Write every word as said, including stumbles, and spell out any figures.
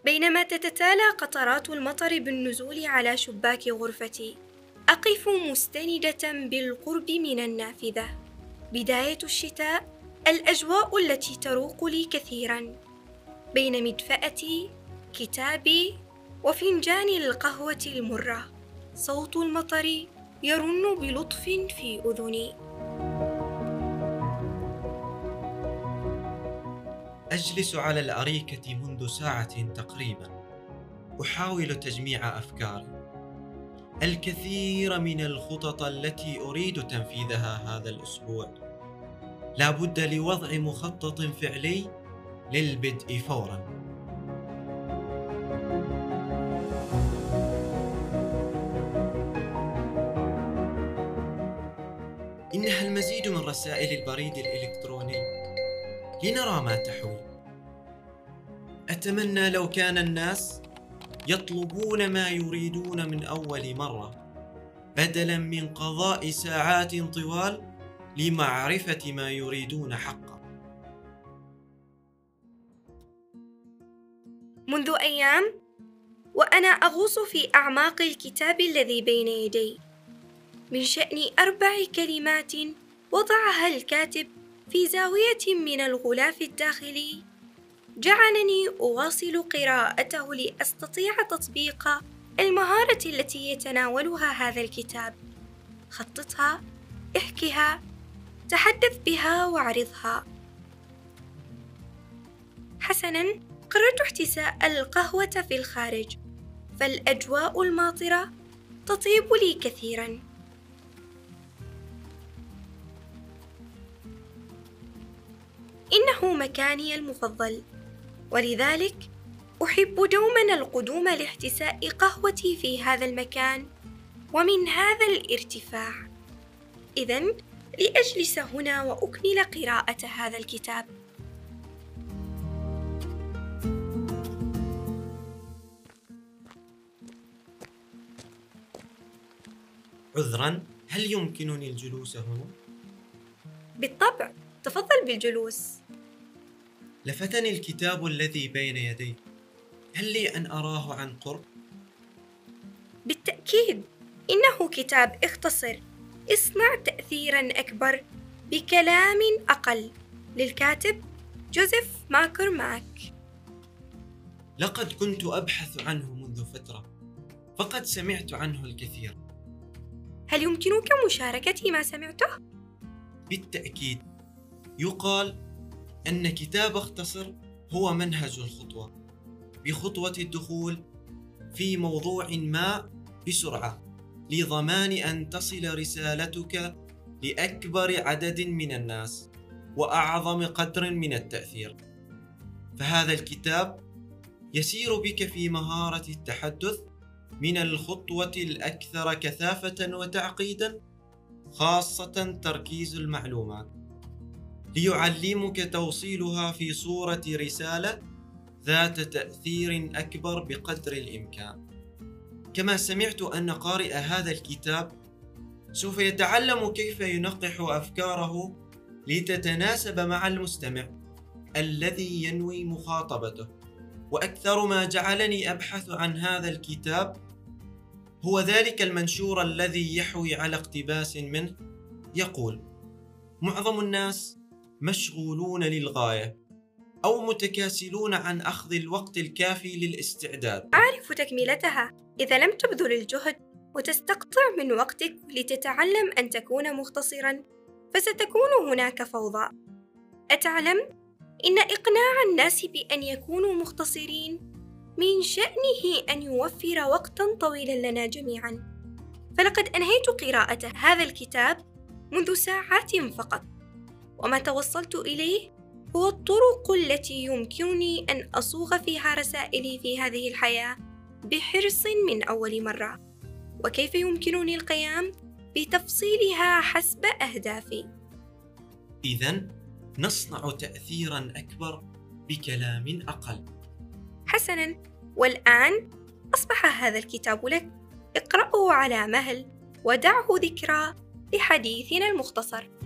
بينما تتتالى قطرات المطر بالنزول على شباك غرفتي، أقف مستندة بالقرب من النافذة. بداية الشتاء، الأجواء التي تروق لي كثيرا. بين مدفأتي، كتابي، وفنجان القهوة المرة، صوت المطر يرن بلطف في أذني. أجلس على الأريكة منذ ساعة تقريبا، أحاول تجميع أفكاري. الكثير من الخطط التي أريد تنفيذها هذا الأسبوع، لا بد لوضع مخطط فعلي للبدء فورا. إنها المزيد من رسائل البريد الإلكتروني لنرى ما تحوي. أتمنى لو كان الناس يطلبون ما يريدون من أول مرة، بدلا من قضاء ساعات طوال لمعرفة ما يريدون حقا. منذ أيام وأنا أغوص في أعماق الكتاب الذي بين يدي، من شأن أربع كلمات وضعها الكاتب في زاوية من الغلاف الداخلي، جعلني أواصل قراءته لأستطيع تطبيق المهارة التي يتناولها هذا الكتاب. خططها، احكها، تحدث بها واعرضها. حسناً، قررت احتساء القهوة في الخارج، فالأجواء الماطرة تطيب لي كثيراً. إنه مكاني المفضل، ولذلك أحب دوماً القدوم لاحتساء قهوتي في هذا المكان ومن هذا الارتفاع. إذن لأجلس هنا وأكمل قراءة هذا الكتاب. عذراً، هل يمكنني الجلوس هنا؟ بالطبع، تفضل بالجلوس. لفتني الكتاب الذي بين يدي، هل لي أن أراه عن قرب؟ بالتأكيد، إنه كتاب اختصر، اصنع تأثيراً أكبر بكلام أقل، للكاتب جوزيف ماكورماك. لقد كنت أبحث عنه منذ فترة، فقد سمعت عنه الكثير. هل يمكنك مشاركتي ما سمعته؟ بالتأكيد. يقال أن كتاب اختصر هو منهج الخطوة، بخطوة الدخول في موضوع ما بسرعة، لضمان أن تصل رسالتك لأكبر عدد من الناس وأعظم قدر من التأثير. فهذا الكتاب يسير بك في مهارة التحدث من الخطوة الأكثر كثافة وتعقيدا، خاصة تركيز المعلومات، ليعلمك توصيلها في صورة رسالة ذات تأثير أكبر بقدر الإمكان. كما سمعت أن قارئ هذا الكتاب سوف يتعلم كيف ينقح أفكاره لتتناسب مع المستمع الذي ينوي مخاطبته. وأكثر ما جعلني أبحث عن هذا الكتاب هو ذلك المنشور الذي يحوي على اقتباس منه، يقول: معظم الناس مشغولون للغاية أو متكاسلون عن أخذ الوقت الكافي للاستعداد. أعرف تكملتها. إذا لم تبذل الجهد وتستقطع من وقتك لتتعلم أن تكون مختصراً، فستكون هناك فوضى. أتعلم إن إقناع الناس بأن يكونوا مختصرين من شأنه أن يوفر وقتاً طويلاً لنا جميعاً. فلقد أنهيت قراءة هذا الكتاب منذ ساعات فقط، وما توصلت إليه هو الطرق التي يمكنني أن أصوغ فيها رسائلي في هذه الحياة بحرص من أول مرة، وكيف يمكنني القيام بتفصيلها حسب أهدافي. إذن نصنع تأثيراً أكبر بكلام أقل. حسناً، والآن أصبح هذا الكتاب لك. اقرأه على مهل ودعه ذكرى لحديثنا المختصر.